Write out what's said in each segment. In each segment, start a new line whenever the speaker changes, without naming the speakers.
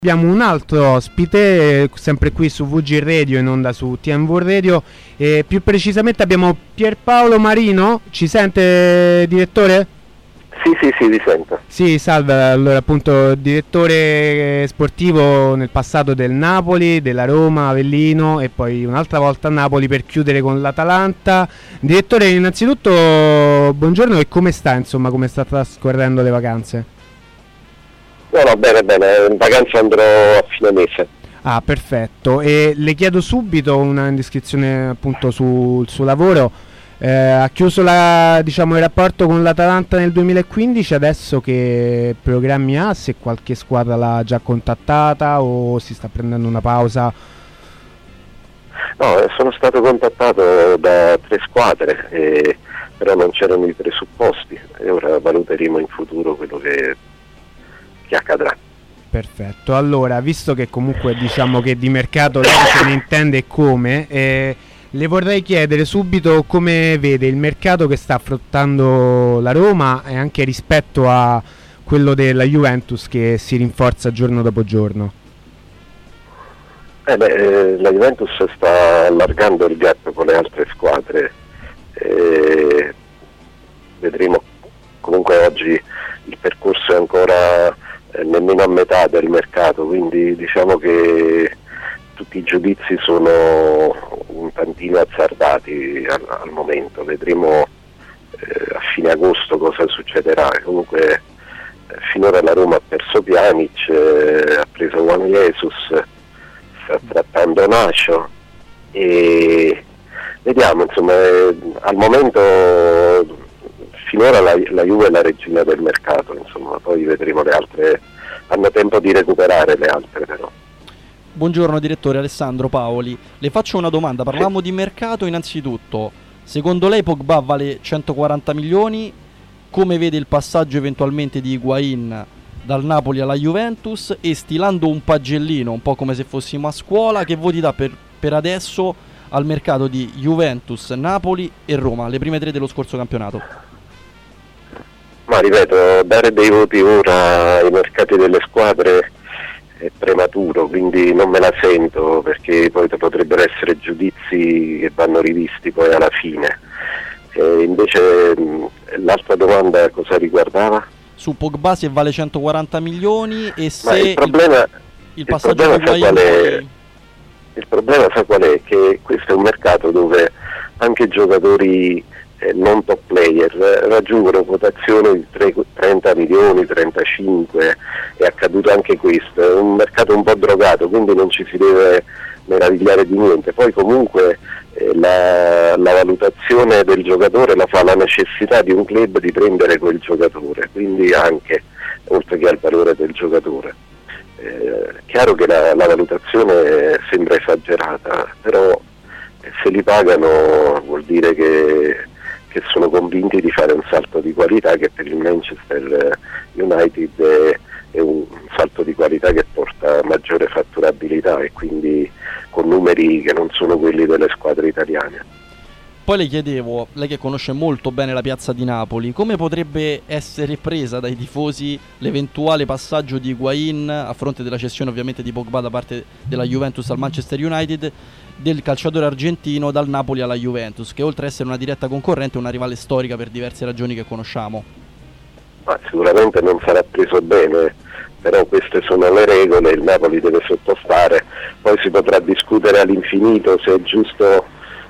Abbiamo un altro ospite, sempre qui su VG Radio, in onda su TMV Radio, e più precisamente abbiamo Pierpaolo Marino. Ci sente, direttore?
Sì, vi sento.
Sì, salve, allora appunto direttore sportivo nel passato del Napoli, della Roma, Avellino e poi un'altra volta a Napoli per chiudere con l'Atalanta. Direttore, innanzitutto buongiorno, e come sta, insomma, come sta trascorrendo le vacanze?
No, bene, in vacanza andrò a fine mese.
Ah, perfetto. E le chiedo subito una indiscrezione appunto sul suo lavoro. Ha chiuso il rapporto con l'Atalanta nel 2015, adesso che programmi ha? Se qualche squadra l'ha già contattata o si sta prendendo una pausa?
No, sono stato contattato da 3 squadre, però non c'erano i presupposti e ora valuteremo in futuro quello che accadrà.
Perfetto, allora visto che comunque diciamo che di mercato lei se ne intende come, le vorrei chiedere subito come vede il mercato che sta affrontando la Roma e anche rispetto a quello della Juventus che si rinforza giorno dopo giorno.
La Juventus sta allargando il gap con le altre squadre, vedremo. Comunque oggi il percorso è ancora nemmeno a metà del mercato, quindi diciamo che tutti i giudizi sono un tantino azzardati al momento. Vedremo a fine agosto cosa succederà. Comunque finora la Roma ha perso Pjanic, ha preso Juan Jesus, sta trattando Nacho e vediamo, insomma, al momento finora la Juve è la regina del mercato, insomma, poi vedremo le altre, hanno tempo di recuperare le altre però.
Buongiorno direttore, Alessandro Paoli. Le faccio una domanda, parliamo di mercato innanzitutto. Secondo lei Pogba vale 140 milioni? Come vede il passaggio eventualmente di Higuain dal Napoli alla Juventus? E stilando un pagellino, un po' come se fossimo a scuola, che voti dà per adesso al mercato di Juventus, Napoli e Roma, le prime 3 dello scorso campionato?
Ma ripeto, dare dei voti ora ai mercati delle squadre è prematuro, quindi non me la sento, perché poi potrebbero essere giudizi che vanno rivisti poi alla fine. Invece l'altra domanda cosa riguardava?
Su Pogba se vale 140 milioni e se
il problema
il passaggio di Higuain.
Il problema sa qual è? Che questo è un mercato dove anche giocatori non top player raggiungono quotazioni di 30 milioni, 35, è accaduto anche questo, è un mercato un po' drogato, quindi non ci si deve meravigliare di niente. Poi comunque la valutazione del giocatore la fa la necessità di un club di prendere quel giocatore, quindi anche oltre che al valore del giocatore. Chiaro che la valutazione sembra esagerata, però se li pagano vuol dire che sono convinti di fare un salto di qualità che per il Manchester United è un salto di qualità che porta maggiore fatturabilità e quindi con numeri che non sono quelli delle squadre italiane.
Poi le chiedevo, lei che conosce molto bene la piazza di Napoli, come potrebbe essere presa dai tifosi l'eventuale passaggio di Higuain a fronte della cessione ovviamente di Pogba da parte della Juventus al Manchester United, del calciatore argentino dal Napoli alla Juventus, che oltre ad essere una diretta concorrente è una rivale storica per diverse ragioni che conosciamo?
Ma sicuramente non sarà preso bene, però queste sono le regole, il Napoli deve sottostare, poi si potrà discutere all'infinito se è giusto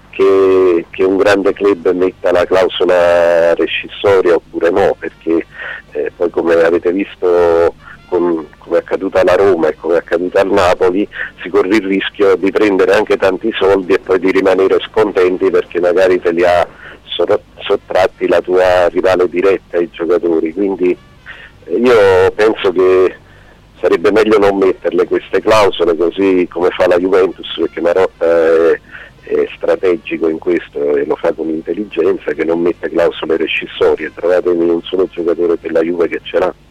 che un grande club metta la clausola rescissoria oppure no, perché poi come avete visto come è accaduto alla Roma e come è accaduto al Napoli si corre il rischio di prendere anche tanti soldi e poi di rimanere scontenti perché magari te li ha sottratti la tua rivale diretta ai giocatori, quindi io penso che sarebbe meglio non metterle queste clausole così come fa la Juventus, perché Marotta è strategico in questo e lo fa con intelligenza, che non mette clausole rescissorie. Trovatemi un solo giocatore della Juve che ce l'ha.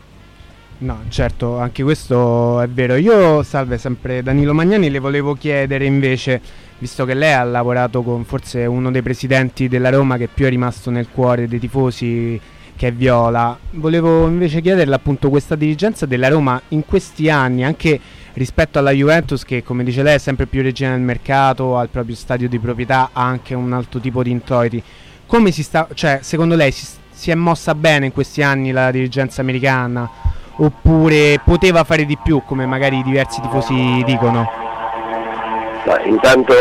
No, certo, anche questo è vero. Io, salve, sempre Danilo Magnani, le volevo chiedere invece, visto che lei ha lavorato con forse uno dei presidenti della Roma che più è rimasto nel cuore dei tifosi, che è viola. Volevo invece chiederle appunto questa dirigenza della Roma in questi anni, anche rispetto alla Juventus che, come dice lei, è sempre più regina del mercato, ha il proprio stadio di proprietà, ha anche un altro tipo di introiti. Come si sta, cioè secondo lei si è mossa bene in questi anni la dirigenza americana, oppure poteva fare di più, come magari diversi tifosi dicono?
Ma intanto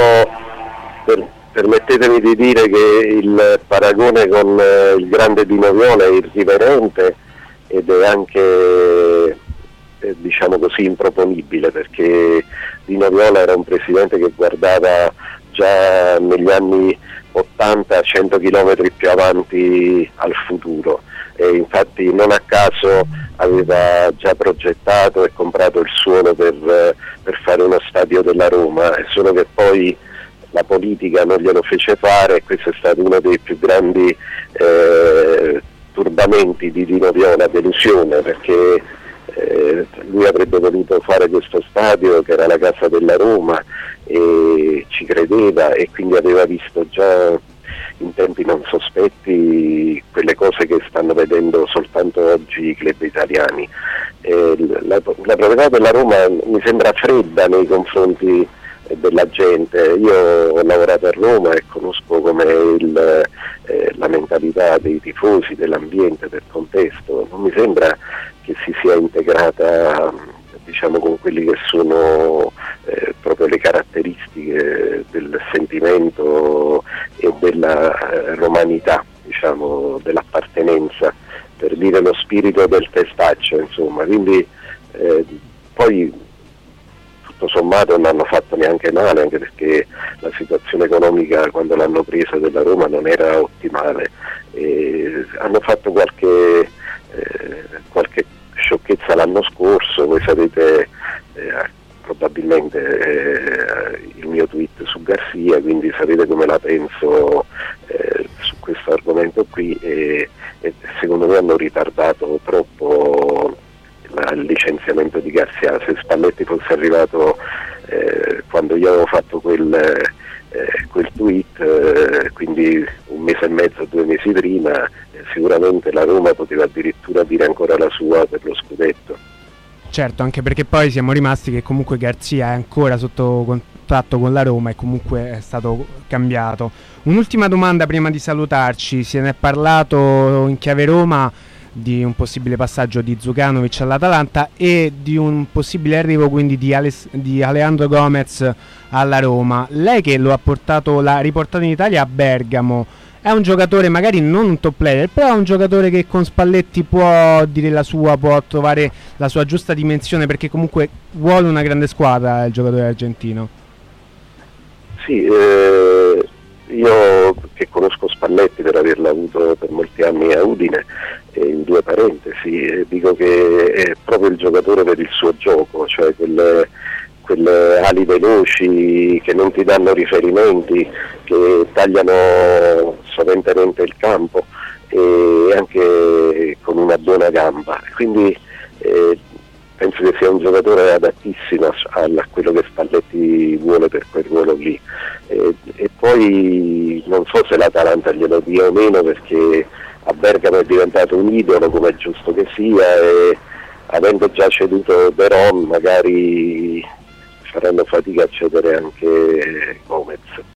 permettetemi di dire che il paragone con il grande Dino Viola è irriverente ed è anche diciamo così improponibile, perché Dino Viola era un presidente che guardava già negli anni 80 100 km più avanti al futuro, e infatti non a caso aveva già progettato e comprato il suolo per fare uno stadio della Roma, solo che poi la politica non glielo fece fare, e questo è stato uno dei più grandi turbamenti di Dino Viola, delusione, perché lui avrebbe voluto fare questo stadio che era la casa della Roma e ci credeva, e quindi aveva visto già in tempi non sospetti quelle cose che stanno vedendo soltanto oggi i club italiani. La proprietà della Roma mi sembra fredda nei confronti della gente. Io ho lavorato a Roma e conosco come la mentalità dei tifosi, dell'ambiente, del contesto. Non mi sembra che si sia integrata, diciamo, con quelli che sono proprio le caratteristiche del sentimento e della romanità, diciamo, dell'appartenenza, per dire lo spirito del testaccio, insomma. Quindi poi tutto sommato non hanno fatto neanche male, anche perché la situazione economica quando l'hanno presa della Roma non era ottimale. Hanno fatto qualche sciocchezza l'anno scorso, voi sapete probabilmente il mio tweet su Garcia, quindi sapete come la penso su questo argomento qui, e secondo me hanno ritardato troppo il licenziamento di Garcia. Se Spalletti fosse arrivato quando io avevo fatto quel tweet, quindi un mese e mezzo, 2 mesi prima, sicuramente la Roma poteva addirittura dire ancora la sua per lo scudetto.
Certo, anche perché poi siamo rimasti che comunque Garzia è ancora sotto contratto con la Roma e comunque è stato cambiato. Un'ultima domanda prima di salutarci: se ne è parlato in chiave Roma di un possibile passaggio di Djukanovic all'Atalanta e di un possibile arrivo quindi di Alejandro Gomez alla Roma. Lei che lo l'ha riportato in Italia a Bergamo, è un giocatore magari non un top player, però è un giocatore che con Spalletti può dire la sua, può trovare la sua giusta dimensione, perché comunque vuole una grande squadra il giocatore argentino.
Sì, io che conosco Spalletti per averlo avuto per molti anni a Udine, in 2 parentesi, dico che è proprio il giocatore per il suo gioco, cioè quelle ali veloci che non ti danno riferimenti, che tagliano soventemente il campo, e anche con una buona gamba. Quindi penso che sia un giocatore adattissimo a quello che Spalletti vuole per quel ruolo lì. E poi non so se l'Atalanta glielo dia o meno, perché a Bergamo è diventato un idolo, come è giusto che sia, e avendo già ceduto Veron magari faranno fatica a cedere anche Gomez.